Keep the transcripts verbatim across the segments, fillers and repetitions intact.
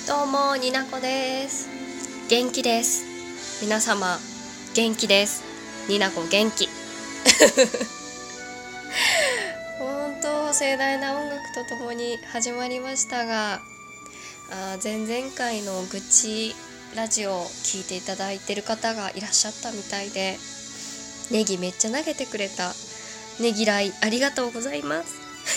どうもになこです。元気です。皆様元気です。になこ元気本当盛大な音楽とともに始まりましたが、あ前々回の愚痴ラジオを聞いていただいている方がいらっしゃったみたいで、ネギめっちゃ投げてくれたねぎらいありがとうございます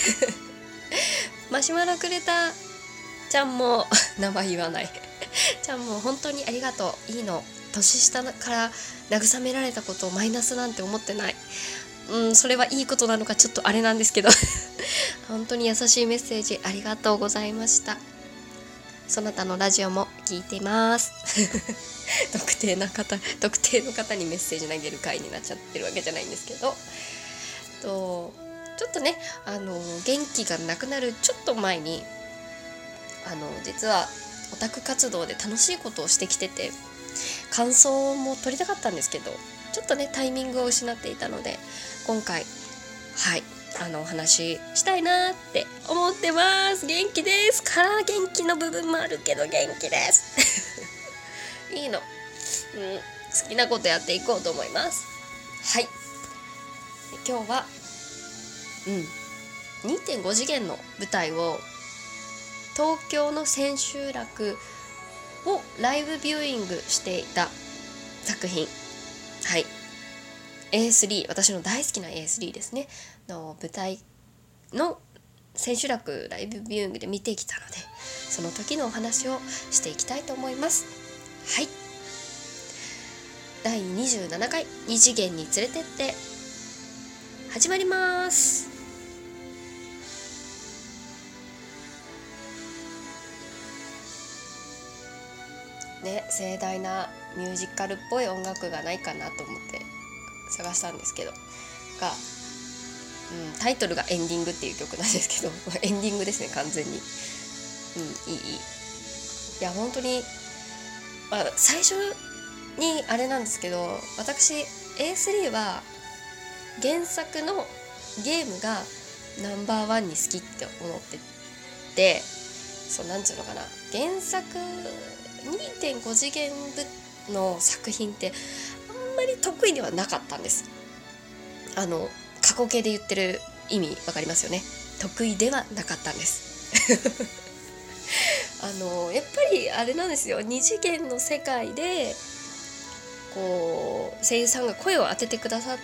マシュマロくれたちゃんも名前言わないちゃんも本当にありがとう。いいの、年下から慰められたことをマイナスなんて思ってない。うんそれはいいことなのかちょっとあれなんですけど本当に優しいメッセージありがとうございました。そなたのラジオも聞いています特定な方特定の方にメッセージ投げる回になっちゃってるわけじゃないんですけど、とちょっとねあの元気がなくなるちょっと前にあの実はオタク活動で楽しいことをしてきてて、感想も取りたかったんですけどちょっとねタイミングを失っていたので、今回はいあのお話ししたいなって思ってます。元気ですから元気の部分もあるけど元気ですいいの、うん、好きなことやっていこうと思います。はい、今日はうん にてんご 次元の舞台を東京の千秋楽をライブビューイングしていた作品、はい エースリー、 私の大好きな エースリー ですねの舞台の千秋楽ライブビューイングで見てきたので、その時のお話をしていきたいと思います。はい、だいにじゅうななかいに次元に連れてって始まりますね。盛大なミュージカルっぽい音楽がないかなと思って探したんですけどが、うん、タイトルがエンディングっていう曲なんですけどエンディングですね完全に。うんいいいいいや本当に、まあ、最初にあれなんですけど、私 エースリー は原作のゲームがナンバーワンに好きって思ってて、そうなんつうのかな、原作 にてんご 次元の作品ってあんまり得意ではなかったんです。あの過去形で言ってる意味わかりますよね。得意ではなかったんですあのやっぱりあれなんですよ、に次元の世界でこう声優さんが声を当ててくださって、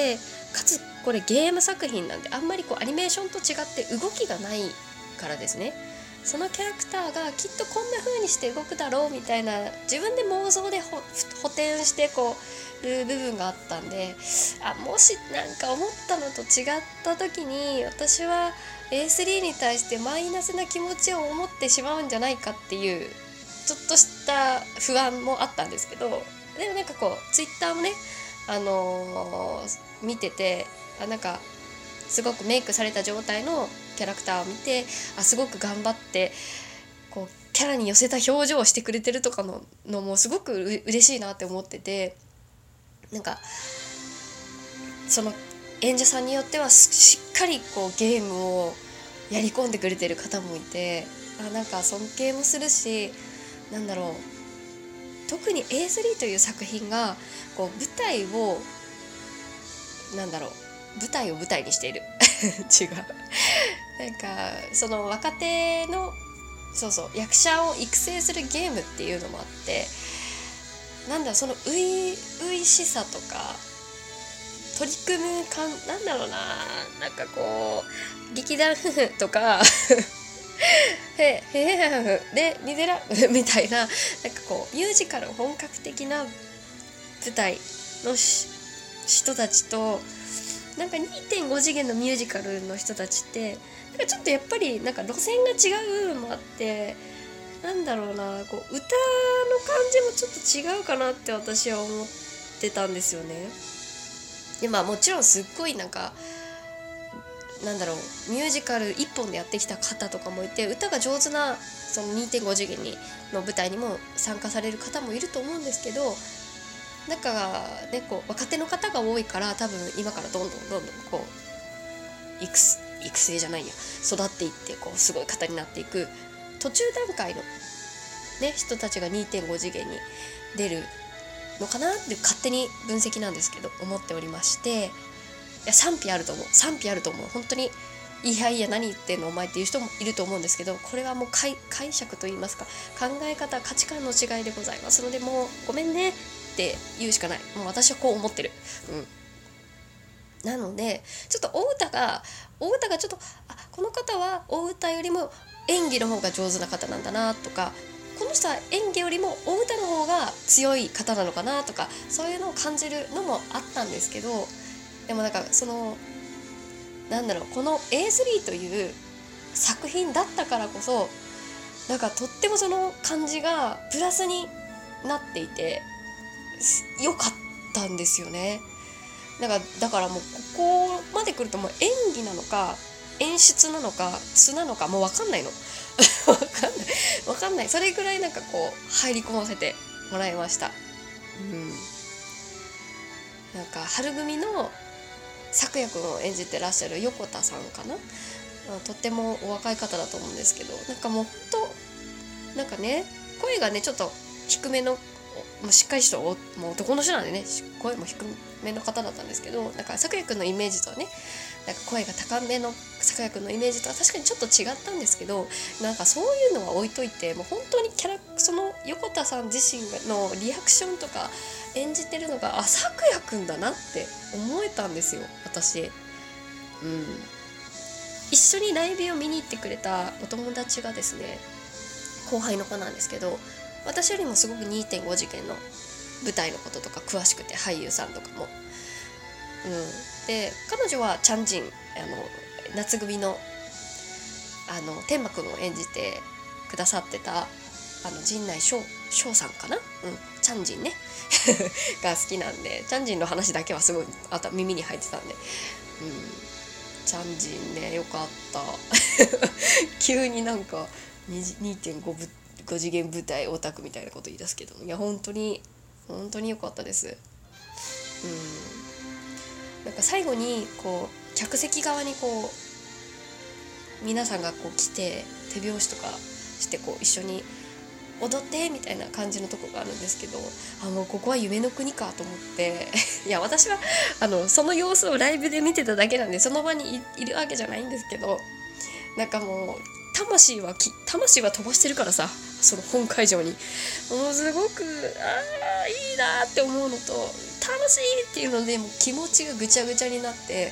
かつこれゲーム作品なんであんまりこうアニメーションと違って動きがないからですね、そのキャラクターがきっとこんな風にして動くだろうみたいな自分で妄想で補填してこうる部分があったんで、あもしなんか思ったのと違った時に私は エースリー に対してマイナスな気持ちを思ってしまうんじゃないかっていうちょっとした不安もあったんですけど、でもなんかこうツイッターもねあのー、見てて、あなんかすごくメイクされた状態のキャラクターを見て、あすごく頑張ってこうキャラに寄せた表情をしてくれてるとかののもすごくう嬉しいなって思ってて、なんかその演者さんによってはしっかりこうゲームをやり込んでくれてる方もいて、あなんか尊敬もするし、なんだろう、特に エースリー という作品がこう舞台をなんだろう舞台を舞台にしている違うなんかその若手のそうそう役者を育成するゲームっていうのもあって、なんだろうその初々しさとか取り組む感なんだろうな、なんかこう劇団夫婦とかへへへでミゼラみたいな、なんかこうミュージカル本格的な舞台の人たちと、なんか にてんご 次元のミュージカルの人たちってなんかちょっとやっぱりなんか路線が違う部分もあって、なんだろうな、こう歌の感じもちょっと違うかなって私は思ってたんですよね。でまあもちろんすっごいなんかなんだろうミュージカル一本でやってきた方とかもいて、歌が上手なその にてんご 次元にの舞台にも参加される方もいると思うんですけど、なんかねこう若手の方が多いから、多分今からどんどんどんどんこう育育成じゃないや育っていってこうすごい方になっていく途中段階のね人たちが にてんご 次元に出るのかなって勝手に分析なんですけど思っておりまして、いや賛否あると思う賛否あると思う本当にいやいや何言ってんのお前っていう人もいると思うんですけど、これはもう 解, 解釈といいますか考え方価値観の違いでございますので、もうごめんねって言うしかない。もう私はこう思ってる。うんなのでちょっとお歌がお歌がちょっとあこの方はお歌よりも演技の方が上手な方なんだなとか、この人は演技よりもお歌の方が強い方なのかなとか、そういうのを感じるのもあったんですけど、でもなんかそのなんだろうこの エースリー という作品だったからこそなんかとってもその感じがプラスになっていて良かったんですよね。だからだからもうここまで来るともう演技なのか演出なのか素なのかもう分かんないの分かんない分かんないそれぐらいなんかこう入り込ませてもらいました。うんなんか春組の咲夜くんを演じてらっしゃる横田さんかな、とってもお若い方だと思うんですけど、なんかもっとなんかね声がねちょっと低めのもうしっかりしたおもう男の人なんでね声も低めの方だったんですけど、なんか咲夜くんのイメージとはねなんか声が高めの咲夜くんのイメージとは確かにちょっと違ったんですけど、なんかそういうのは置いといてもう本当にキャラその横田さん自身のリアクションとか演じてるのがあ咲夜くんだなって思えたんですよ私。うん一緒にライブを見に行ってくれたお友達がですね後輩の子なんですけど、私よりもすごく にてんご 次元の舞台のこととか詳しくて俳優さんとかも、うん、で彼女はチャンジンあの夏組のあの天馬くんを演じてくださってたあの陣内翔さんかな、うん、チャンジンねが好きなんでチャンジンの話だけはすごいあと耳に入ってたんで、うん、チャンジンねよかった急になんか にてんご 次元舞台オタクみたいなこと言い出すけど、いや本当に本当に良かったです。うんなんか最後にこう客席側にこう皆さんがこう来て手拍子とかしてこう一緒に踊ってみたいな感じのとこがあるんですけど、あもうここは夢の国かと思っていや私はあのその様子をライブで見てただけなんでその場に い, いるわけじゃないんですけど、なんかもう魂はき魂は飛ばしてるからさその本会場にもうすごくあーいいなって思うのと楽しいっていうのでもう気持ちがぐちゃぐちゃになって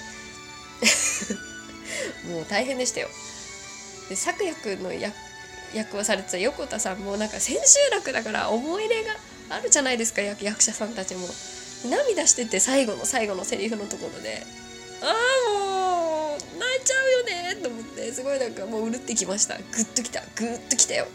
もう大変でしたよ。で咲夜くんの役役をされてた横田さんもなんか千秋楽だから思い入れがあるじゃないですか 役, 役者さんたちも涙してて最後の最後のセリフのところでああもう泣いちゃうよねと思ってすごいなんかもううるってきました。グッときたグッときたよ。は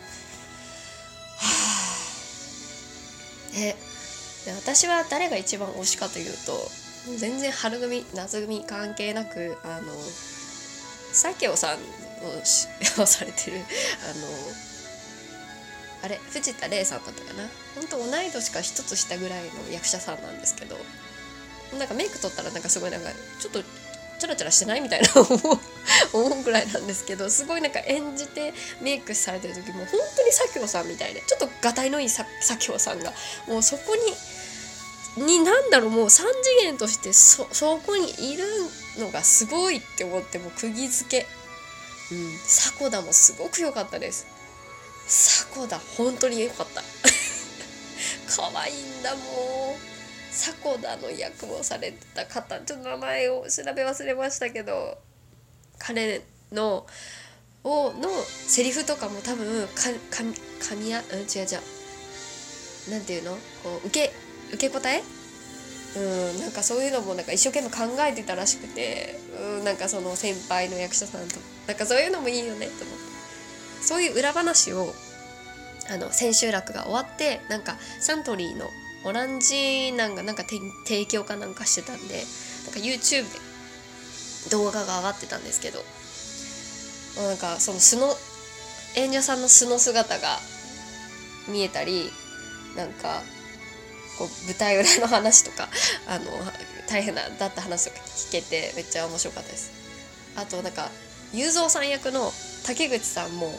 あねで私は誰が一番推しかというと全然春組夏組関係なくあの佐京さんをされてるあのあれ藤田玲さんだったかな、本当同い年か一つ下ぐらいの役者さんなんですけど、なんかメイク取ったらなんかすごいなんかちょっとチャラチャラしてないみたいな思うぐらいなんですけど、すごいなんか演じてメイクされてる時も本当に佐京さんみたいでちょっとがたいのいい佐京さんがもうそこにになんだろうもう三次元としてそそこにいるのがすごいって思ってもう釘付け。うん、迫田もすごく良かったです。迫田本当に良かった可愛いんだもう。迫田の役をされてた方ちょっと名前を調べ忘れましたけど彼のをのセリフとかも多分かかかみやうん違う違うなんていうのこう受け受け答えうんなんかそういうのもなんか一生懸命考えてたらしくて、うんなんかその先輩の役者さんとなんかそういうのもいいよねと思って、そういう裏話をあの千秋楽が終わってなんかサントリーのオランジなんかなんか提供かなんかしてたんでなんか YouTube で動画が上がってたんですけど、なんかその素の演者さんの素の姿が見えたりなんかこう舞台裏の話とかあの大変だった話とか聞けてめっちゃ面白かったです。あとなんか雄三さん役の竹口さんも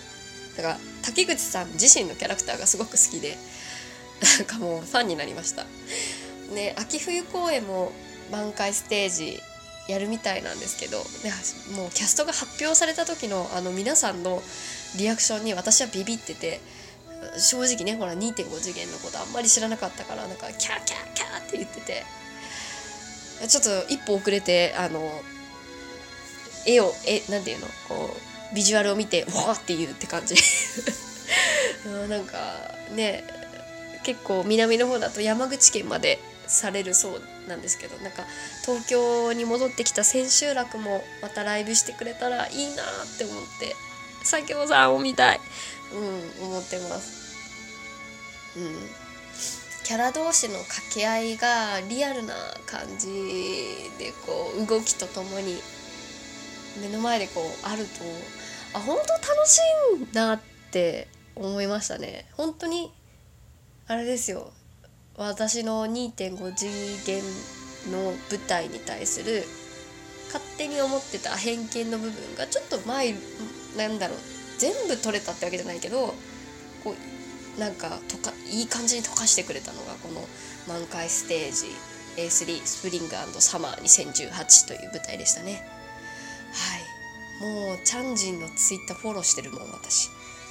だから滝口さん自身のキャラクターがすごく好きで、なんかもうファンになりましたね。秋冬公演も満開ステージやるみたいなんですけど、ね、もうキャストが発表された時のあの皆さんのリアクションに私はビビってて、正直ねほら にてんご 次元のことあんまり知らなかったから、なんかキャーキャーキャーって言ってて、ちょっと一歩遅れてあの絵をえなんていうのこうビジュアルを見てわーって言うって感じなんかね結構南の方だと山口県までされるそうなんですけど、なんか東京に戻ってきた千秋楽もまたライブしてくれたらいいなって思って、佐京さんを見たい、うん、思ってます。うん、キャラ同士の掛け合いがリアルな感じでこう動きとともに目の前でこうあると、あ本当楽しいんだって思いましたね。本当にあれですよ、私の にてんご 次元の舞台に対する勝手に思ってた偏見の部分がちょっと前なんだろう全部取れたってわけじゃないけど、こうなんかとかいい感じに溶かしてくれたのがこの満開ステージ エースリー スプリング&サマーにせんじゅうはちという舞台でしたね。はい、もうチャンジンのツイッターフォローしてるもん私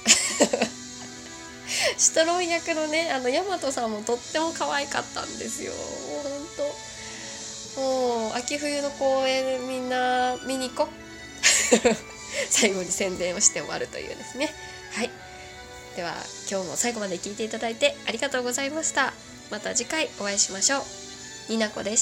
シトロン役のねあのヤマトさんもとっても可愛かったんですよ。もうほんともう秋冬の公演みんな見に行こ最後に宣伝をして終わるというですね。はい、では今日も最後まで聞いていただいてありがとうございました。また次回お会いしましょう。になこです。